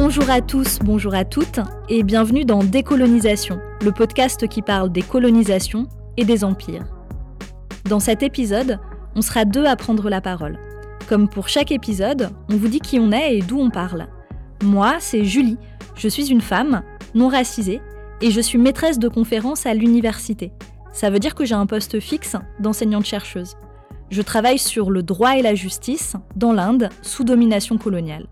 Bonjour à tous, bonjour à toutes, et bienvenue dans Décolonisation, le podcast qui parle des colonisations et des empires. Dans cet épisode, on sera deux à prendre la parole. Comme pour chaque épisode, on vous dit qui on est et d'où on parle. Moi, c'est Julie, je suis une femme, non racisée, et je suis maîtresse de conférences à l'université. Ça veut dire que j'ai un poste fixe d'enseignante-chercheuse. Je travaille sur le droit et la justice dans l'Inde, sous domination coloniale.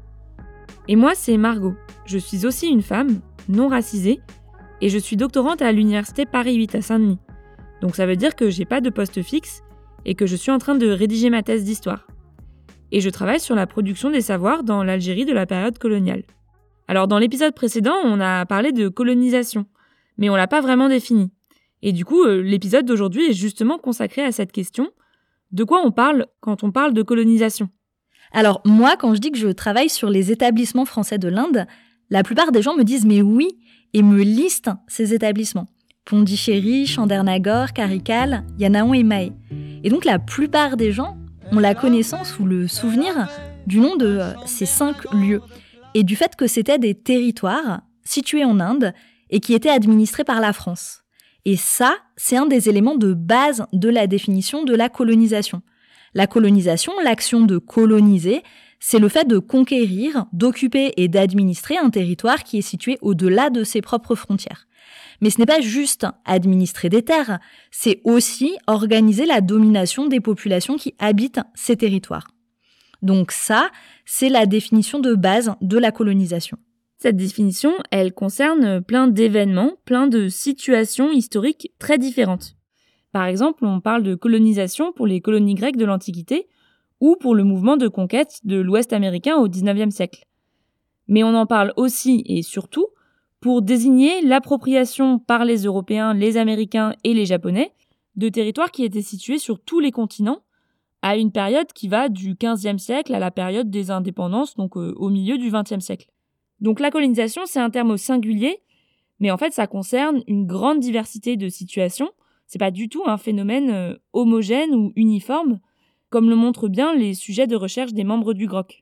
Et moi, c'est Margot. Je suis aussi une femme, non racisée, et je suis doctorante à l'université Paris 8 à Saint-Denis. Donc ça veut dire que j'ai pas de poste fixe et que je suis en train de rédiger ma thèse d'histoire. Et je travaille sur la production des savoirs dans l'Algérie de la période coloniale. Alors dans l'épisode précédent, on a parlé de colonisation, mais on l'a pas vraiment défini. Et du coup, l'épisode d'aujourd'hui est justement consacré à cette question. De quoi on parle quand on parle de colonisation ? Alors moi, quand je dis que je travaille sur les établissements français de l'Inde, la plupart des gens me disent « mais oui » et me listent ces établissements. Pondichéry, Chandernagore, Karikal, Yanaon et Mahé. Et donc la plupart des gens ont la connaissance ou le souvenir du nom de ces 5 lieux et du fait que c'était des territoires situés en Inde et qui étaient administrés par la France. Et ça, c'est un des éléments de base de la définition de la colonisation. La colonisation, l'action de coloniser, c'est le fait de conquérir, d'occuper et d'administrer un territoire qui est situé au-delà de ses propres frontières. Mais ce n'est pas juste administrer des terres, c'est aussi organiser la domination des populations qui habitent ces territoires. Donc ça, c'est la définition de base de la colonisation. Cette définition, elle concerne plein d'événements, plein de situations historiques très différentes. Par exemple, on parle de colonisation pour les colonies grecques de l'Antiquité ou pour le mouvement de conquête de l'Ouest américain au XIXe siècle. Mais on en parle aussi et surtout pour désigner l'appropriation par les Européens, les Américains et les Japonais de territoires qui étaient situés sur tous les continents à une période qui va du XVe siècle à la période des indépendances, donc au milieu du XXe siècle. Donc la colonisation, c'est un terme au singulier, mais en fait ça concerne une grande diversité de situations. C'est pas du tout un phénomène homogène ou uniforme, comme le montrent bien les sujets de recherche des membres du GROC.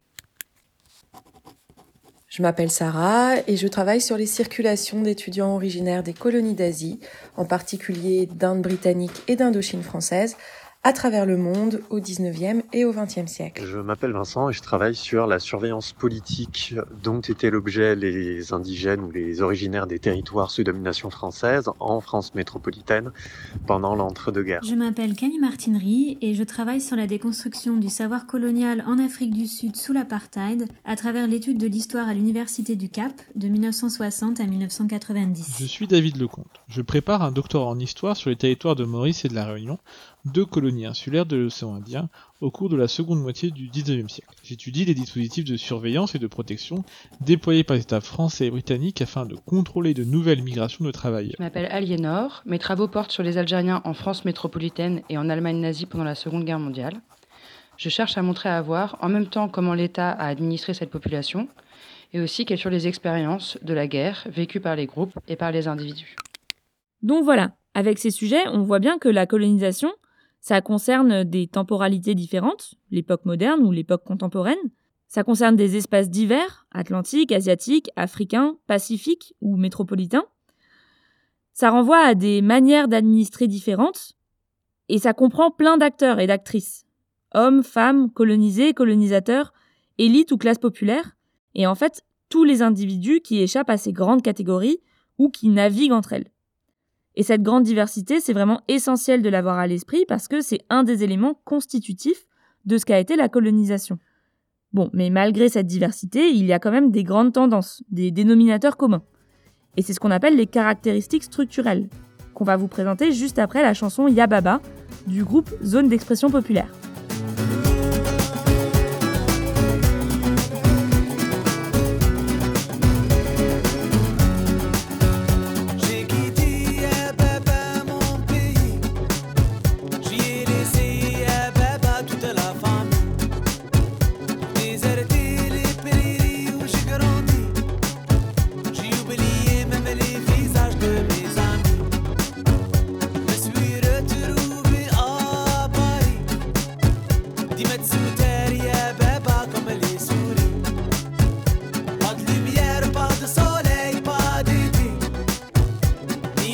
Je m'appelle Sarah et je travaille sur les circulations d'étudiants originaires des colonies d'Asie, en particulier d'Inde britannique et d'Indochine française, à travers le monde au XIXe et au XXe siècle. Je m'appelle Vincent et je travaille sur la surveillance politique dont étaient l'objet les indigènes ou les originaires des territoires sous domination française en France métropolitaine pendant l'entre-deux-guerres. Je m'appelle Camille Martinerie et je travaille sur la déconstruction du savoir colonial en Afrique du Sud sous l'apartheid à travers l'étude de l'histoire à l'Université du Cap de 1960 à 1990. Je suis David Lecomte. Je prépare un doctorat en histoire sur les territoires de Maurice et de la Réunion, deux colonies insulaires de l'océan Indien, au cours de la seconde moitié du XIXe siècle. J'étudie les dispositifs de surveillance et de protection déployés par les États français et britanniques afin de contrôler de nouvelles migrations de travailleurs. Je m'appelle Aliénor, mes travaux portent sur les Algériens en France métropolitaine et en Allemagne nazie pendant la Seconde Guerre mondiale. Je cherche à montrer à voir en même temps comment l'État a administré cette population et aussi quelles sont les expériences de la guerre vécues par les groupes et par les individus. Donc voilà, avec ces sujets, on voit bien que la colonisation, ça concerne des temporalités différentes, l'époque moderne ou l'époque contemporaine. Ça concerne des espaces divers, atlantiques, asiatiques, africains, pacifiques ou métropolitains. Ça renvoie à des manières d'administrer différentes. Et ça comprend plein d'acteurs et d'actrices. Hommes, femmes, colonisés, colonisateurs, élites ou classes populaires. Et en fait, tous les individus qui échappent à ces grandes catégories ou qui naviguent entre elles. Et cette grande diversité, c'est vraiment essentiel de l'avoir à l'esprit parce que c'est un des éléments constitutifs de ce qu'a été la colonisation. Bon, mais malgré cette diversité, il y a quand même des grandes tendances, des dénominateurs communs. Et c'est ce qu'on appelle les caractéristiques structurelles, qu'on va vous présenter juste après la chanson Yababa du groupe Zone d'expression populaire.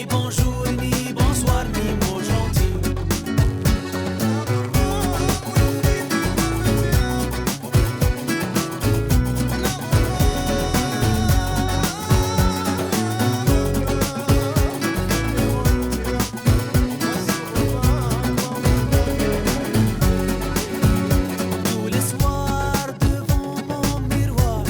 ni bonjour, ni bonsoir, ni mot gentil. Tous les soirs devant mon miroir,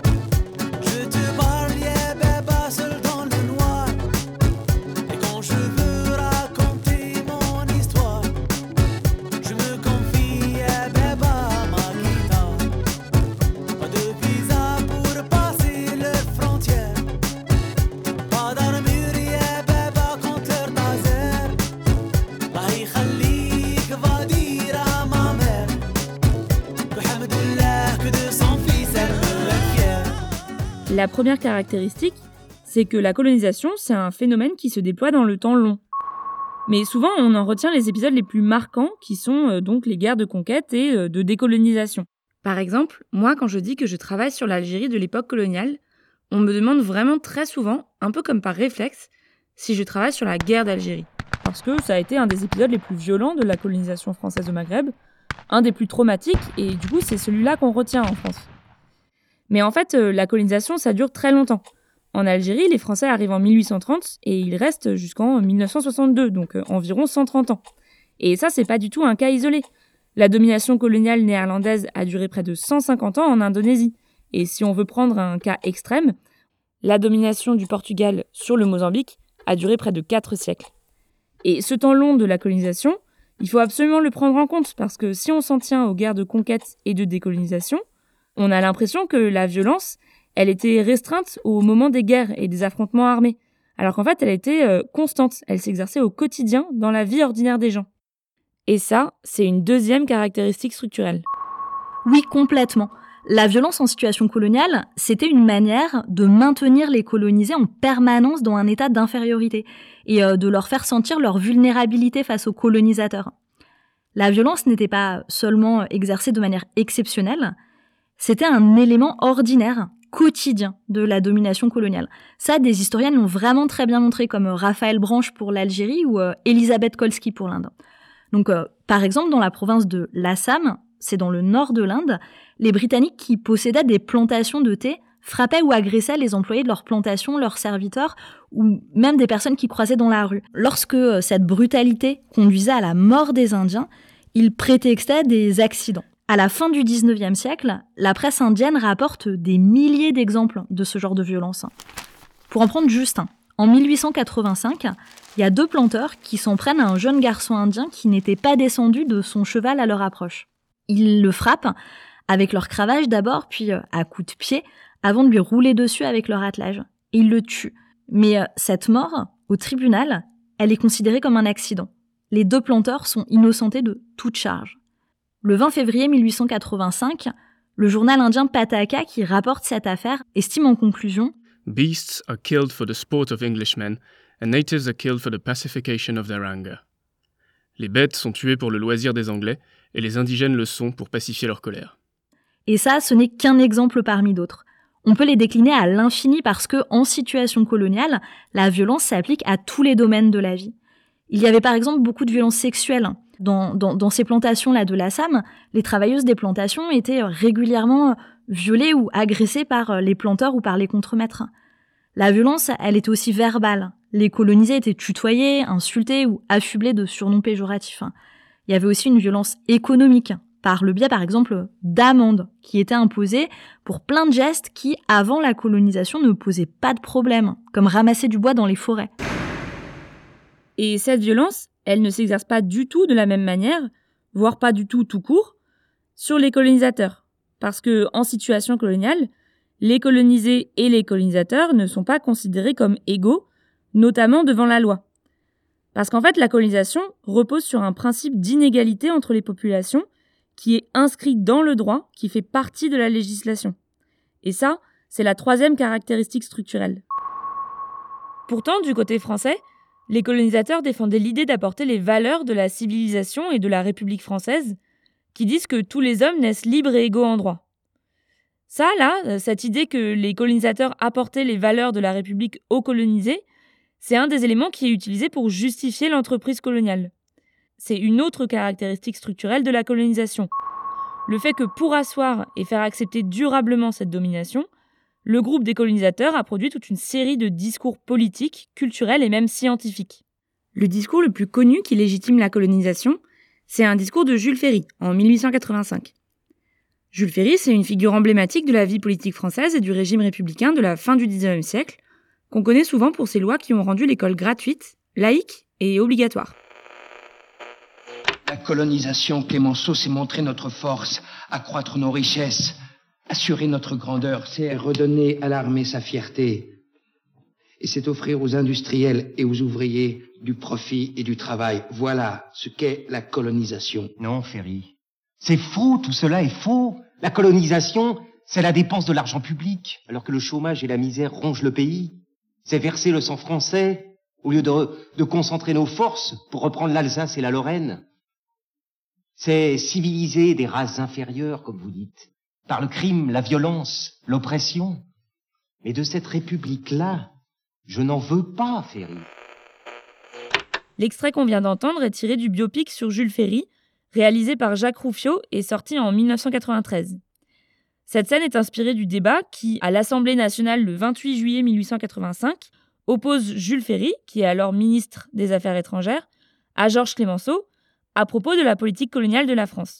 je te parle, yeah, bébé, seul dans le noir. Et quand je veux raconter mon histoire, je me confie, yeah, bébé, à ma guitare. Pas de visa pour passer les frontières, pas d'armure, yeah, bébé, contre leur taser. الله يخليك va dire à ma mère que Hamdullah, que de son fils elle peut être fière. La première caractéristique, c'est que la colonisation, c'est un phénomène qui se déploie dans le temps long. Mais souvent, on en retient les épisodes les plus marquants, qui sont donc les guerres de conquête et de décolonisation. Par exemple, moi, quand je dis que je travaille sur l'Algérie de l'époque coloniale, on me demande vraiment très souvent, un peu comme par réflexe, si je travaille sur la guerre d'Algérie. Parce que ça a été un des épisodes les plus violents de la colonisation française au Maghreb, un des plus traumatiques, et du coup, c'est celui-là qu'on retient en France. Mais en fait, la colonisation, ça dure très longtemps. En Algérie, les Français arrivent en 1830 et ils restent jusqu'en 1962, donc environ 130 ans. Et ça, c'est pas du tout un cas isolé. La domination coloniale néerlandaise a duré près de 150 ans en Indonésie. Et si on veut prendre un cas extrême, la domination du Portugal sur le Mozambique a duré près de 4 siècles. Et ce temps long de la colonisation, il faut absolument le prendre en compte, parce que si on s'en tient aux guerres de conquête et de décolonisation, on a l'impression que la violence, elle était restreinte au moment des guerres et des affrontements armés, alors qu'en fait, elle était constante, elle s'exerçait au quotidien dans la vie ordinaire des gens. Et ça, c'est une deuxième caractéristique structurelle. Oui, complètement. La violence en situation coloniale, c'était une manière de maintenir les colonisés en permanence dans un état d'infériorité et de leur faire sentir leur vulnérabilité face aux colonisateurs. La violence n'était pas seulement exercée de manière exceptionnelle, c'était un élément ordinaire, quotidien de la domination coloniale. Ça, des historiennes l'ont vraiment très bien montré, comme Raphaël Branche pour l'Algérie ou Elisabeth Kolsky pour l'Inde. Donc, par exemple, dans la province de l'Assam, c'est dans le nord de l'Inde, les Britanniques qui possédaient des plantations de thé frappaient ou agressaient les employés de leurs plantations, leurs serviteurs, ou même des personnes qui croisaient dans la rue. Lorsque cette brutalité conduisait à la mort des Indiens, ils prétextaient des accidents. À la fin du 19e siècle, la presse indienne rapporte des milliers d'exemples de ce genre de violence. Pour en prendre juste un, en 1885, il y a 2 planteurs qui s'en prennent à un jeune garçon indien qui n'était pas descendu de son cheval à leur approche. Ils le frappent avec leur cravache d'abord, puis à coups de pied, avant de lui rouler dessus avec leur attelage. Et ils le tuent. Mais cette mort, au tribunal, elle est considérée comme un accident. Les 2 planteurs sont innocentés de toute charge. Le 20 février 1885, le journal indien Pataka, qui rapporte cette affaire, estime en conclusion « Beasts are killed for the sport of Englishmen, and natives are killed for the pacification of their anger. » Les bêtes sont tuées pour le loisir des Anglais, et les indigènes le sont pour pacifier leur colère. Et ça, ce n'est qu'un exemple parmi d'autres. On peut les décliner à l'infini parce que, en situation coloniale, la violence s'applique à tous les domaines de la vie. Il y avait par exemple beaucoup de violences sexuelles. Dans ces plantations-là de l'Assam, les travailleuses des plantations étaient régulièrement violées ou agressées par les planteurs ou par les contremaîtres. La violence, elle était aussi verbale. Les colonisés étaient tutoyés, insultés ou affublés de surnoms péjoratifs. Il y avait aussi une violence économique, par le biais par exemple d'amendes qui étaient imposées pour plein de gestes qui, avant la colonisation, ne posaient pas de problème, comme ramasser du bois dans les forêts. Et cette violence, elle ne s'exerce pas du tout de la même manière, voire pas du tout court, sur les colonisateurs. Parce que, en situation coloniale, les colonisés et les colonisateurs ne sont pas considérés comme égaux, notamment devant la loi. Parce qu'en fait, la colonisation repose sur un principe d'inégalité entre les populations qui est inscrit dans le droit, qui fait partie de la législation. Et ça, c'est la 3e caractéristique structurelle. Pourtant, du côté français, les colonisateurs défendaient l'idée d'apporter les valeurs de la civilisation et de la République française, qui disent que tous les hommes naissent libres et égaux en droit. Ça, là, cette idée que les colonisateurs apportaient les valeurs de la République aux colonisés, C'est un des éléments qui est utilisé pour justifier l'entreprise coloniale. C'est une autre caractéristique structurelle de la colonisation. Le fait que pour asseoir et faire accepter durablement cette domination, le groupe des colonisateurs a produit toute une série de discours politiques, culturels et même scientifiques. Le discours le plus connu qui légitime la colonisation, c'est un discours de Jules Ferry, en 1885. Jules Ferry, c'est une figure emblématique de la vie politique française et du régime républicain de la fin du XIXe siècle, qu'on connaît souvent pour ses lois qui ont rendu l'école gratuite, laïque et obligatoire. La colonisation, Clémenceau, c'est montrer notre force, accroître nos richesses, assurer notre grandeur, c'est redonner à l'armée sa fierté. Et c'est offrir aux industriels et aux ouvriers du profit et du travail. Voilà ce qu'est la colonisation. Non, Ferry. C'est faux, tout cela est faux. La colonisation, c'est la dépense de l'argent public, alors que le chômage et la misère rongent le pays. C'est verser le sang français, au lieu de concentrer nos forces pour reprendre l'Alsace et la Lorraine. C'est civiliser des races inférieures, comme vous dites, par le crime, la violence, l'oppression. Mais de cette république-là, je n'en veux pas, Ferry. L'extrait qu'on vient d'entendre est tiré du biopic sur Jules Ferry, réalisé par Jacques Rouffio et sorti en 1993. Cette scène est inspirée du débat qui, à l'Assemblée nationale le 28 juillet 1885, oppose Jules Ferry, qui est alors ministre des Affaires étrangères, à Georges Clémenceau, à propos de la politique coloniale de la France.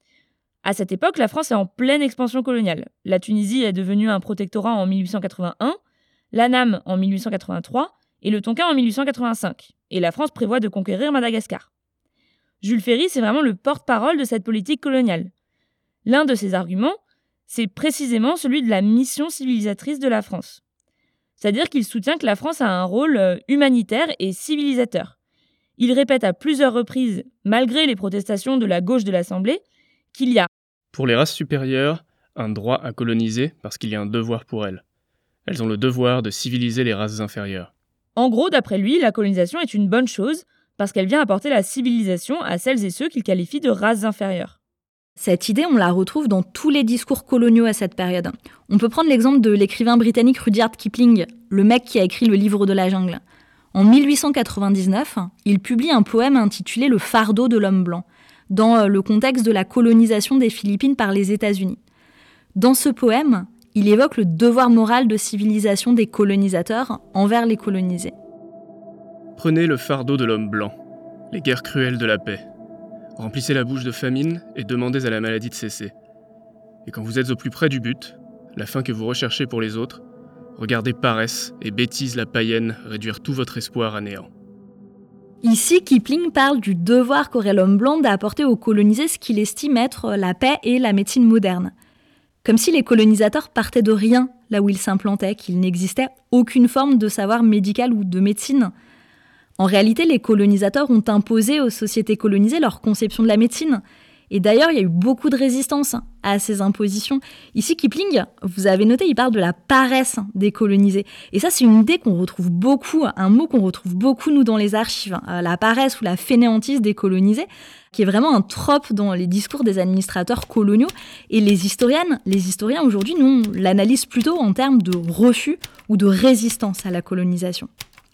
À cette époque, la France est en pleine expansion coloniale. La Tunisie est devenue un protectorat en 1881, l'Annam en 1883 et le Tonkin en 1885. Et la France prévoit de conquérir Madagascar. Jules Ferry, c'est vraiment le porte-parole de cette politique coloniale. L'un de ses arguments, c'est précisément celui de la mission civilisatrice de la France. C'est-à-dire qu'il soutient que la France a un rôle humanitaire et civilisateur. Il répète à plusieurs reprises, malgré les protestations de la gauche de l'Assemblée, qu'il y a, pour les races supérieures, un droit à coloniser parce qu'il y a un devoir pour elles. Elles ont le devoir de civiliser les races inférieures. En gros, d'après lui, la colonisation est une bonne chose parce qu'elle vient apporter la civilisation à celles et ceux qu'il qualifie de races inférieures. Cette idée, on la retrouve dans tous les discours coloniaux à cette période. On peut prendre l'exemple de l'écrivain britannique Rudyard Kipling, le mec qui a écrit Le Livre de la Jungle. En 1899, il publie un poème intitulé « Le fardeau de l'homme blanc », dans le contexte de la colonisation des Philippines par les États-Unis. Dans ce poème, il évoque le devoir moral de civilisation des colonisateurs envers les colonisés. Prenez le fardeau de l'homme blanc, les guerres cruelles de la paix. Remplissez la bouche de famine et demandez à la maladie de cesser. Et quand vous êtes au plus près du but, la fin que vous recherchez pour les autres, regardez paresse et bêtise la païenne réduire tout votre espoir à néant. Ici, Kipling parle du devoir qu'aurait l'homme blanc d'apporter aux colonisés ce qu'il estime être la paix et la médecine moderne. Comme si les colonisateurs partaient de rien là où ils s'implantaient, qu'il n'existait aucune forme de savoir médical ou de médecine. En réalité, les colonisateurs ont imposé aux sociétés colonisées leur conception de la médecine. Et d'ailleurs, il y a eu beaucoup de résistance à ces impositions. Ici, Kipling, vous avez noté, il parle de la paresse des colonisés. Et ça, c'est une idée qu'on retrouve beaucoup, un mot qu'on retrouve beaucoup, nous, dans les archives. La paresse ou la fainéantise des colonisés, qui est vraiment un trope dans les discours des administrateurs coloniaux. Et les historiens aujourd'hui, nous, on l'analyse plutôt en termes de refus ou de résistance à la colonisation.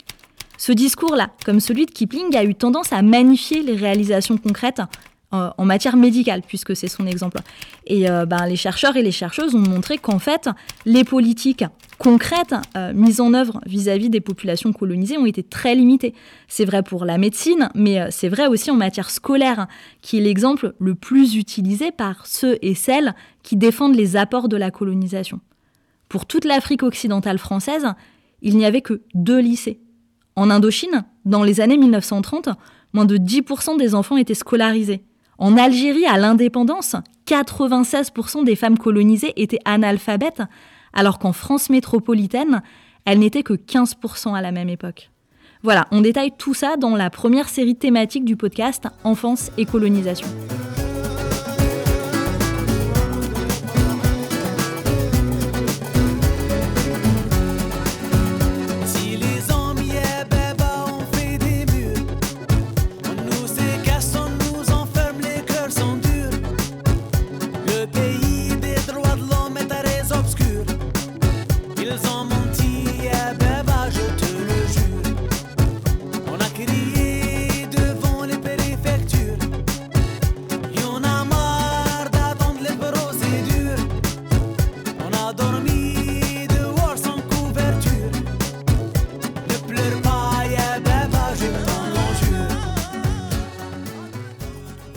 Ce discours-là, comme celui de Kipling, a eu tendance à magnifier les réalisations concrètes en matière médicale, puisque c'est son exemple. Et les chercheurs et les chercheuses ont montré qu'en fait, les politiques concrètes mises en œuvre vis-à-vis des populations colonisées ont été très limitées. C'est vrai pour la médecine, mais c'est vrai aussi en matière scolaire, qui est l'exemple le plus utilisé par ceux et celles qui défendent les apports de la colonisation. Pour toute l'Afrique occidentale française, il n'y avait que 2 lycées. En Indochine, dans les années 1930, moins de 10% des enfants étaient scolarisés. En Algérie, à l'indépendance, 96% des femmes colonisées étaient analphabètes, alors qu'en France métropolitaine, elles n'étaient que 15% à la même époque. Voilà, on détaille tout ça dans la première série thématique du podcast « Enfance et colonisation ».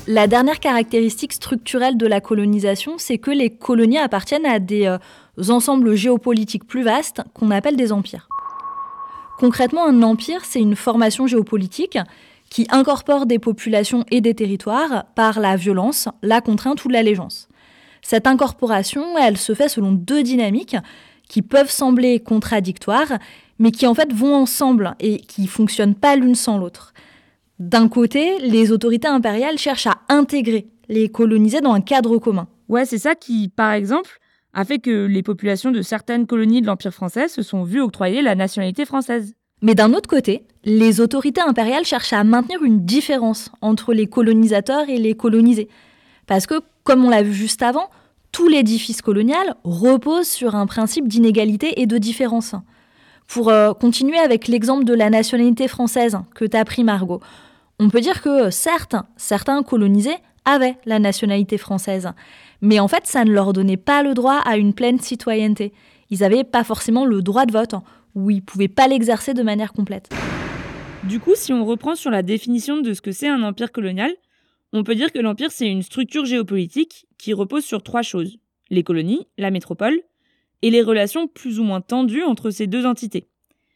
La dernière caractéristique structurelle de la colonisation, c'est que les colonies appartiennent à des ensembles géopolitiques plus vastes qu'on appelle des empires. Concrètement, un empire, c'est une formation géopolitique qui incorpore des populations et des territoires par la violence, la contrainte ou l'allégeance. Cette incorporation, elle se fait selon deux dynamiques qui peuvent sembler contradictoires, mais qui en fait vont ensemble et qui ne fonctionnent pas l'une sans l'autre. D'un côté, les autorités impériales cherchent à intégrer les colonisés dans un cadre commun. Ouais, c'est ça qui, par exemple, a fait que les populations de certaines colonies de l'Empire français se sont vues octroyer la nationalité française. Mais d'un autre côté, les autorités impériales cherchent à maintenir une différence entre les colonisateurs et les colonisés. Parce que, comme on l'a vu juste avant, tout l'édifice colonial repose sur un principe d'inégalité et de différence. Pour continuer avec l'exemple de la nationalité française que t'as pris, Margot, on peut dire que certes, certains colonisés avaient la nationalité française, mais en fait, ça ne leur donnait pas le droit à une pleine citoyenneté. Ils n'avaient pas forcément le droit de vote, ou ils ne pouvaient pas l'exercer de manière complète. Du coup, si on reprend sur la définition de ce que c'est un empire colonial, on peut dire que l'empire, c'est une structure géopolitique qui repose sur trois choses. Les colonies, la métropole, et les relations plus ou moins tendues entre ces deux entités.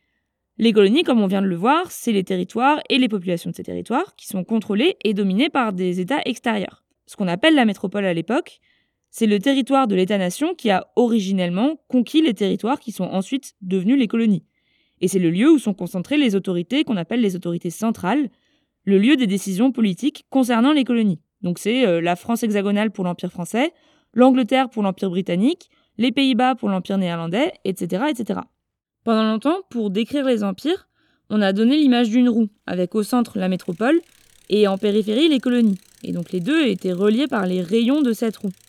Les colonies, comme on vient de le voir, c'est les territoires et les populations de ces territoires qui sont contrôlés et dominés par des États extérieurs. Ce qu'on appelle la métropole à l'époque, c'est le territoire de l'État-nation qui a originellement conquis les territoires qui sont ensuite devenus les colonies. Et c'est le lieu où sont concentrées les autorités qu'on appelle les autorités centrales, le lieu des décisions politiques concernant les colonies. Donc c'est la France hexagonale pour l'Empire français, l'Angleterre pour l'Empire britannique, les Pays-Bas pour l'Empire néerlandais, etc., etc. Pendant longtemps, pour décrire les empires, on a donné l'image d'une roue, avec au centre la métropole et en périphérie les colonies. Et donc les deux étaient reliés par les rayons de cette roue.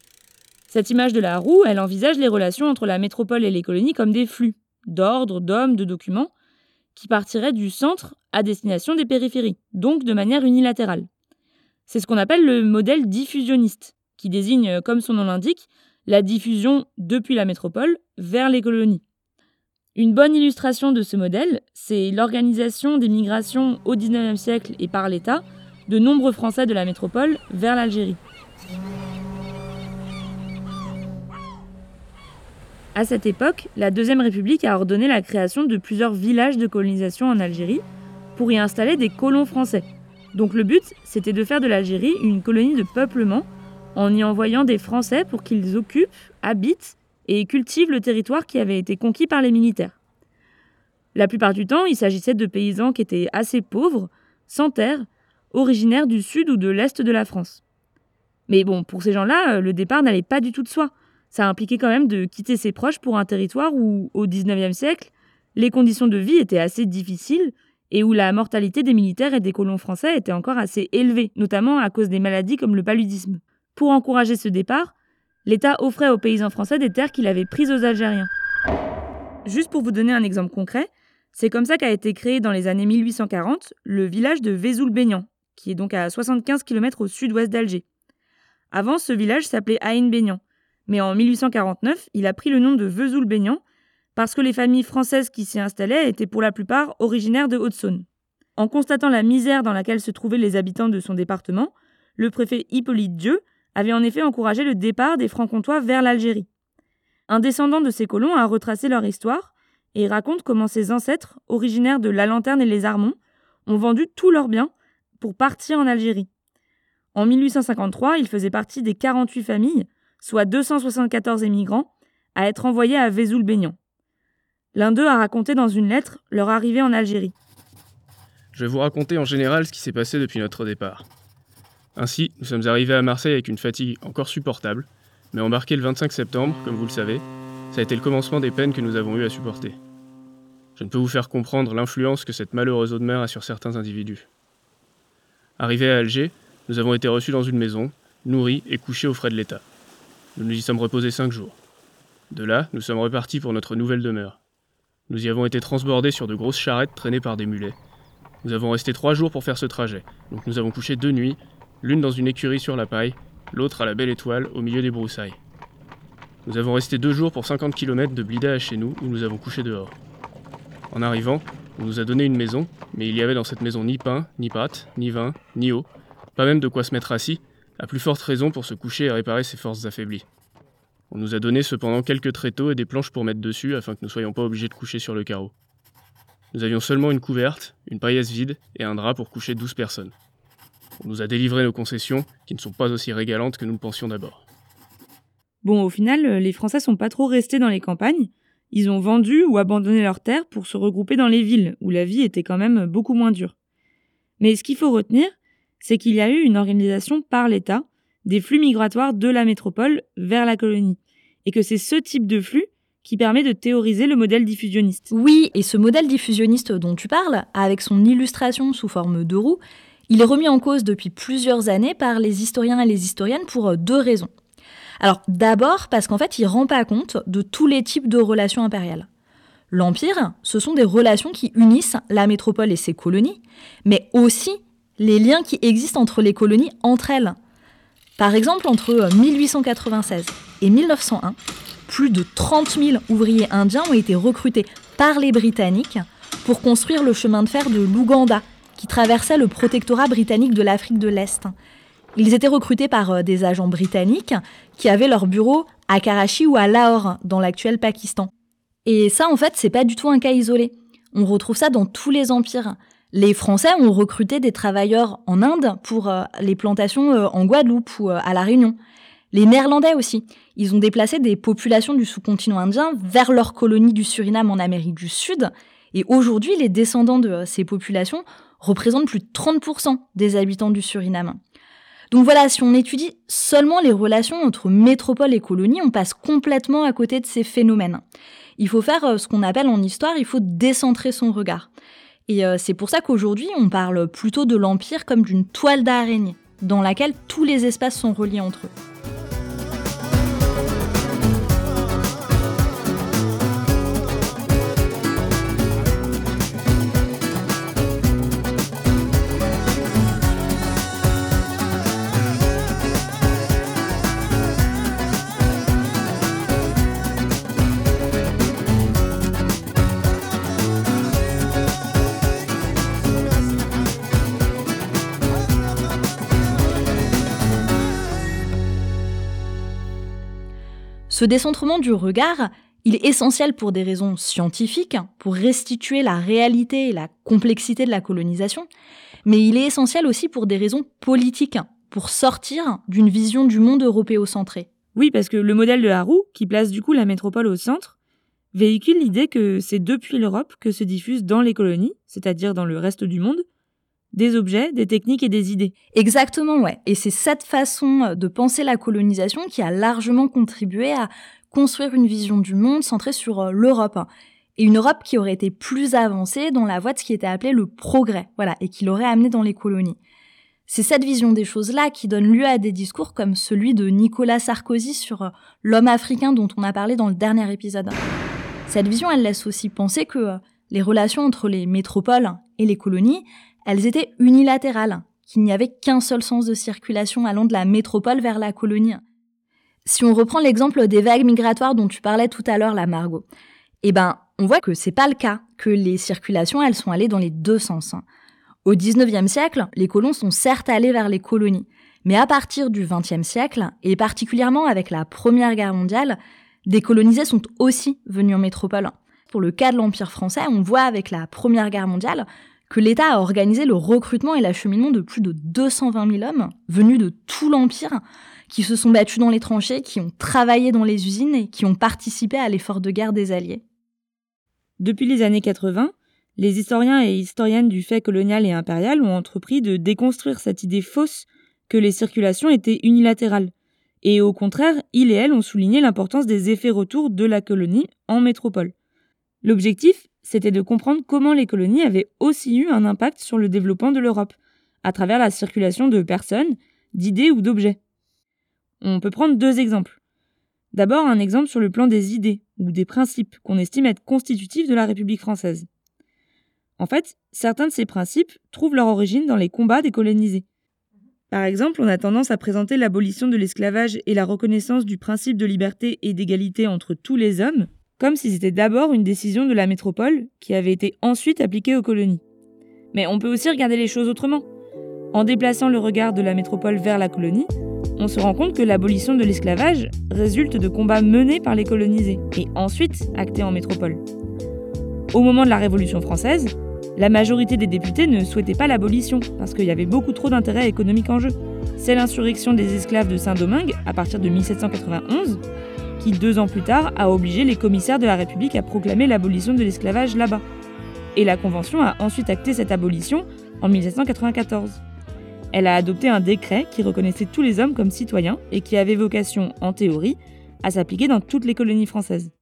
Cette image de la roue, elle envisage les relations entre la métropole et les colonies comme des flux d'ordre, d'hommes, de documents, qui partiraient du centre à destination des périphéries, donc de manière unilatérale. C'est ce qu'on appelle le modèle diffusionniste, qui désigne, comme son nom l'indique, la diffusion depuis la métropole vers les colonies. Une bonne illustration de ce modèle, c'est l'organisation des migrations au XIXe siècle et par l'État de nombreux Français de la métropole vers l'Algérie. À cette époque, la Deuxième République a ordonné la création de plusieurs villages de colonisation en Algérie pour y installer des colons français. Donc le but, c'était de faire de l'Algérie une colonie de peuplement en y envoyant des Français pour qu'ils occupent, habitent et cultivent le territoire qui avait été conquis par les militaires. La plupart du temps, il s'agissait de paysans qui étaient assez pauvres, sans terre, originaires du sud ou de l'est de la France. Mais bon, pour ces gens-là, le départ n'allait pas du tout de soi. Ça impliquait quand même de quitter ses proches pour un territoire où, au XIXe siècle, les conditions de vie étaient assez difficiles et où la mortalité des militaires et des colons français était encore assez élevée, notamment à cause des maladies comme le paludisme. Pour encourager ce départ, l'État offrait aux paysans français des terres qu'il avait prises aux Algériens. Juste pour vous donner un exemple concret, c'est comme ça qu'a été créé dans les années 1840 le village de Vesoul-Beignan, qui est donc à 75 km au sud-ouest d'Alger. Avant, ce village s'appelait Aïn-Beignan, mais en 1849, il a pris le nom de Vesoul-Beignan parce que les familles françaises qui s'y installaient étaient pour la plupart originaires de Haute-Saône. En constatant la misère dans laquelle se trouvaient les habitants de son département, le préfet Hippolyte Dieu avait en effet encouragé le départ des Francs-Comtois vers l'Algérie. Un descendant de ces colons a retracé leur histoire et raconte comment ses ancêtres, originaires de La Lanterne et les Armonts, ont vendu tous leurs biens pour partir en Algérie. En 1853, ils faisaient partie des 48 familles, soit 274 émigrants, à être envoyés à Vesoul-Beignan. L'un d'eux a raconté dans une lettre leur arrivée en Algérie. Je vais vous raconter en général ce qui s'est passé depuis notre départ. Ainsi, nous sommes arrivés à Marseille avec une fatigue encore supportable, mais embarqués le 25 septembre, comme vous le savez, ça a été le commencement des peines que nous avons eu à supporter. Je ne peux vous faire comprendre l'influence que cette malheureuse eau de mer a sur certains individus. Arrivés à Alger, nous avons été reçus dans une maison, nourris et couchés aux frais de l'État. Nous nous y sommes reposés 5 jours. De là, nous sommes repartis pour notre nouvelle demeure. Nous y avons été transbordés sur de grosses charrettes traînées par des mulets. Nous avons resté 3 jours pour faire ce trajet, donc nous avons couché 2 nuits, l'une dans une écurie sur la paille, l'autre à la Belle Étoile, au milieu des broussailles. Nous avons resté 2 jours pour 50 km de blidage chez nous, où nous avons couché dehors. En arrivant, on nous a donné une maison, mais il y avait dans cette maison ni pain, ni pâtes, ni vin, ni eau, pas même de quoi se mettre assis, à plus forte raison pour se coucher et réparer ses forces affaiblies. On nous a donné cependant quelques tréteaux et des planches pour mettre dessus afin que nous ne soyons pas obligés de coucher sur le carreau. Nous avions seulement une couverte, une paillasse vide et un drap pour coucher 12 personnes. On nous a délivré nos concessions, qui ne sont pas aussi régalantes que nous le pensions d'abord. Bon, au final, les Français sont pas trop restés dans les campagnes. Ils ont vendu ou abandonné leurs terres pour se regrouper dans les villes, où la vie était quand même beaucoup moins dure. Mais ce qu'il faut retenir, c'est qu'il y a eu une organisation par l'État des flux migratoires de la métropole vers la colonie, et que c'est ce type de flux qui permet de théoriser le modèle diffusionniste. Oui, et ce modèle diffusionniste dont tu parles, avec son illustration sous forme de roue, il est remis en cause depuis plusieurs années par les historiens et les historiennes pour deux raisons. Alors d'abord parce qu'en fait, il ne rend pas compte de tous les types de relations impériales. L'Empire, ce sont des relations qui unissent la métropole et ses colonies, mais aussi les liens qui existent entre les colonies entre elles. Par exemple, entre 1896 et 1901, plus de 30 000 ouvriers indiens ont été recrutés par les Britanniques pour construire le chemin de fer de l'Ouganda, qui traversait le protectorat britannique de l'Afrique de l'Est. Ils étaient recrutés par des agents britanniques qui avaient leur bureau à Karachi ou à Lahore, dans l'actuel Pakistan. Et ça, en fait, c'est pas du tout un cas isolé. On retrouve ça dans tous les empires. Les Français ont recruté des travailleurs en Inde pour les plantations en Guadeloupe ou à La Réunion. Les Néerlandais aussi. Ils ont déplacé des populations du sous-continent indien vers leur colonie du Suriname en Amérique du Sud. Et aujourd'hui, les descendants de ces populations représentent plus de 30% des habitants du Suriname. Donc voilà, si on étudie seulement les relations entre métropole et colonie, on passe complètement à côté de ces phénomènes. Il faut faire ce qu'on appelle en histoire, il faut décentrer son regard. Et c'est pour ça qu'aujourd'hui, on parle plutôt de l'Empire comme d'une toile d'araignée, dans laquelle tous les espaces sont reliés entre eux. Ce décentrement du regard, il est essentiel pour des raisons scientifiques, pour restituer la réalité et la complexité de la colonisation, mais il est essentiel aussi pour des raisons politiques, pour sortir d'une vision du monde européocentré. Oui, parce que le modèle de Haroux, qui place du coup la métropole au centre, véhicule l'idée que c'est depuis l'Europe que se diffusent dans les colonies, c'est-à-dire dans le reste du monde, des objets, des techniques et des idées. Exactement, ouais. Et c'est cette façon de penser la colonisation qui a largement contribué à construire une vision du monde centrée sur l'Europe. Et une Europe qui aurait été plus avancée dans la voie de ce qui était appelé le progrès, voilà, et qui l'aurait amené dans les colonies. C'est cette vision des choses-là qui donne lieu à des discours comme celui de Nicolas Sarkozy sur l'homme africain dont on a parlé dans le dernier épisode. Cette vision, elle laisse aussi penser que les relations entre les métropoles et les colonies, elles étaient unilatérales, qu'il n'y avait qu'un seul sens de circulation allant de la métropole vers la colonie. Si on reprend l'exemple des vagues migratoires dont tu parlais tout à l'heure, là, Margot, on voit que c'est pas le cas, que les circulations, elles sont allées dans les deux sens. Au 19e siècle, les colons sont certes allés vers les colonies, mais à partir du 20e siècle, et particulièrement avec la Première Guerre mondiale, des colonisés sont aussi venus en métropole. Pour le cas de l'Empire français, on voit avec la Première Guerre mondiale que l'État a organisé le recrutement et l'acheminement de plus de 220 000 hommes venus de tout l'Empire, qui se sont battus dans les tranchées, qui ont travaillé dans les usines et qui ont participé à l'effort de guerre des Alliés. Depuis les années 80, les historiens et historiennes du fait colonial et impérial ont entrepris de déconstruire cette idée fausse que les circulations étaient unilatérales. Et au contraire, ils et elles ont souligné l'importance des effets retours de la colonie en métropole. L'objectif, c'était de comprendre comment les colonies avaient aussi eu un impact sur le développement de l'Europe, à travers la circulation de personnes, d'idées ou d'objets. On peut prendre deux exemples. D'abord, un exemple sur le plan des idées ou des principes qu'on estime être constitutifs de la République française. En fait, certains de ces principes trouvent leur origine dans les combats des colonisés. Par exemple, on a tendance à présenter l'abolition de l'esclavage et la reconnaissance du principe de liberté et d'égalité entre tous les hommes comme si c'était d'abord une décision de la métropole qui avait été ensuite appliquée aux colonies. Mais on peut aussi regarder les choses autrement. En déplaçant le regard de la métropole vers la colonie, on se rend compte que l'abolition de l'esclavage résulte de combats menés par les colonisés et ensuite actés en métropole. Au moment de la Révolution française, la majorité des députés ne souhaitaient pas l'abolition parce qu'il y avait beaucoup trop d'intérêts économiques en jeu. C'est l'insurrection des esclaves de Saint-Domingue, à partir de 1791, qui 2 ans plus tard a obligé les commissaires de la République à proclamer l'abolition de l'esclavage là-bas. Et la Convention a ensuite acté cette abolition en 1794. Elle a adopté un décret qui reconnaissait tous les hommes comme citoyens et qui avait vocation, en théorie, à s'appliquer dans toutes les colonies françaises.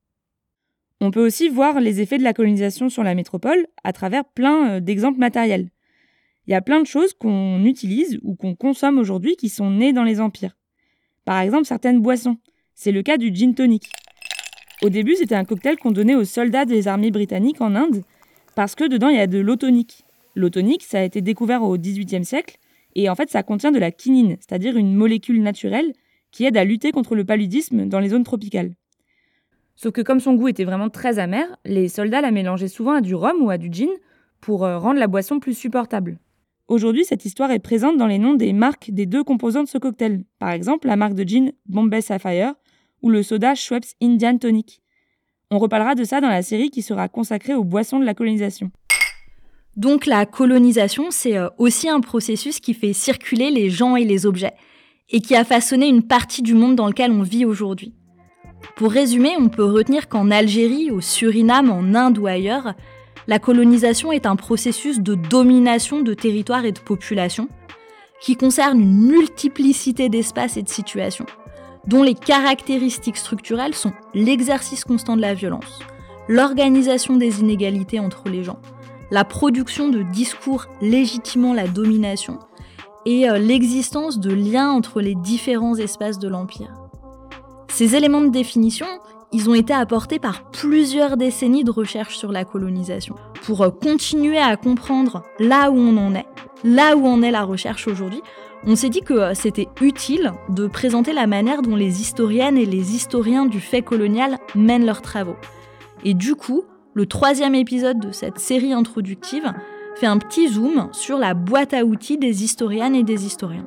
On peut aussi voir les effets de la colonisation sur la métropole à travers plein d'exemples matériels. Il y a plein de choses qu'on utilise ou qu'on consomme aujourd'hui qui sont nées dans les empires. Par exemple, certaines boissons. C'est le cas du gin tonic. Au début, c'était un cocktail qu'on donnait aux soldats des armées britanniques en Inde parce que dedans, il y a de l'eau tonique. L'eau tonique, ça a été découvert au XVIIIe siècle et en fait, ça contient de la quinine, c'est-à-dire une molécule naturelle qui aide à lutter contre le paludisme dans les zones tropicales. Sauf que comme son goût était vraiment très amer, les soldats la mélangeaient souvent à du rhum ou à du gin pour rendre la boisson plus supportable. Aujourd'hui, cette histoire est présente dans les noms des marques des 2 composants de ce cocktail. Par exemple, la marque de gin Bombay Sapphire ou le soda Schweppes Indian Tonic. On reparlera de ça dans la série qui sera consacrée aux boissons de la colonisation. Donc la colonisation, c'est aussi un processus qui fait circuler les gens et les objets et qui a façonné une partie du monde dans lequel on vit aujourd'hui. Pour résumer, on peut retenir qu'en Algérie, au Suriname, en Inde ou ailleurs, la colonisation est un processus de domination de territoires et de populations qui concerne une multiplicité d'espaces et de situations, dont les caractéristiques structurelles sont l'exercice constant de la violence, l'organisation des inégalités entre les gens, la production de discours légitimant la domination et l'existence de liens entre les différents espaces de l'Empire. Ces éléments de définition, ils ont été apportés par plusieurs décennies de recherche sur la colonisation pour continuer à comprendre là où on en est, là où en est la recherche aujourd'hui. On s'est dit que c'était utile de présenter la manière dont les historiennes et les historiens du fait colonial mènent leurs travaux. Et du coup, le 3e épisode de cette série introductive fait un petit zoom sur la boîte à outils des historiennes et des historiens.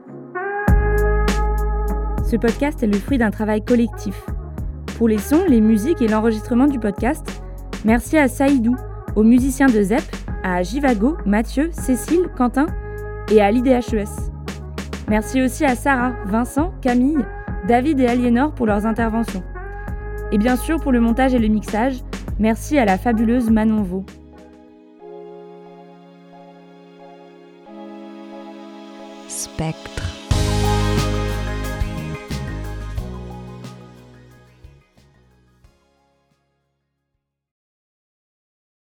Ce podcast est le fruit d'un travail collectif. Pour les sons, les musiques et l'enregistrement du podcast, merci à Saïdou, aux musiciens de ZEP, à Jivago, Mathieu, Cécile, Quentin et à l'IDHES. Merci aussi à Sarah, Vincent, Camille, David et Aliénor pour leurs interventions. Et bien sûr, pour le montage et le mixage, merci à la fabuleuse Manon Vaux. Spectre.